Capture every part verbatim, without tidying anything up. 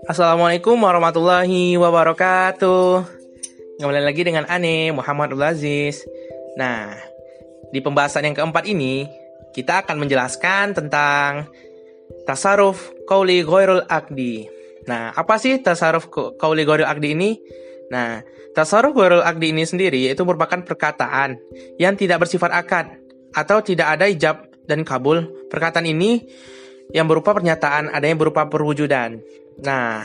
Assalamualaikum warahmatullahi wabarakatuh. Kembali lagi dengan Ane Muhammad Abdul Aziz. Nah, di pembahasan yang keempat ini kita akan menjelaskan tentang tasarruf qauli ghairul aqdi. Nah, apa sih tasarruf qauli ghairul aqdi ini? Nah, tasarruf ghairul aqdi ini sendiri itu merupakan perkataan yang tidak bersifat akad atau tidak ada ijab dan kabul. Perkataan ini yang berupa pernyataan, ada yang berupa perwujudan. Nah,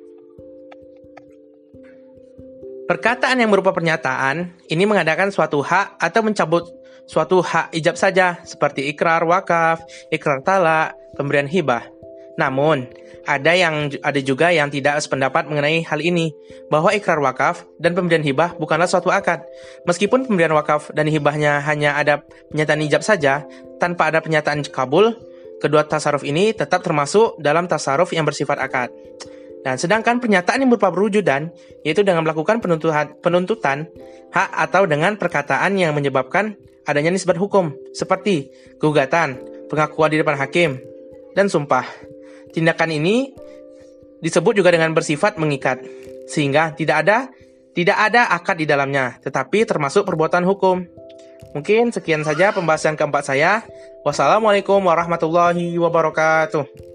perkataan yang berupa pernyataan ini mengadakan suatu hak atau mencabut suatu hak ijab saja, seperti ikrar wakaf, ikrar talak, pemberian hibah. Namun, ada yang ada juga yang tidak sependapat mengenai hal ini, bahwa ikrar wakaf dan pemberian hibah bukanlah suatu akad. Meskipun pemberian wakaf dan hibahnya hanya ada pernyataan ijab saja, tanpa ada pernyataan kabul, kedua tasarruf ini tetap termasuk dalam tasarruf yang bersifat akad. Dan sedangkan pernyataan yang berupa perwujudan, yaitu dengan melakukan penuntutan, penuntutan hak atau dengan perkataan yang menyebabkan adanya nisbat hukum, seperti gugatan, pengakuan di depan hakim, dan sumpah. Tindakan ini disebut juga dengan bersifat mengikat, sehingga tidak ada tidak ada akad di dalamnya, tetapi termasuk perbuatan hukum. Mungkin sekian saja pembahasan keempat saya. Wassalamualaikum warahmatullahi wabarakatuh.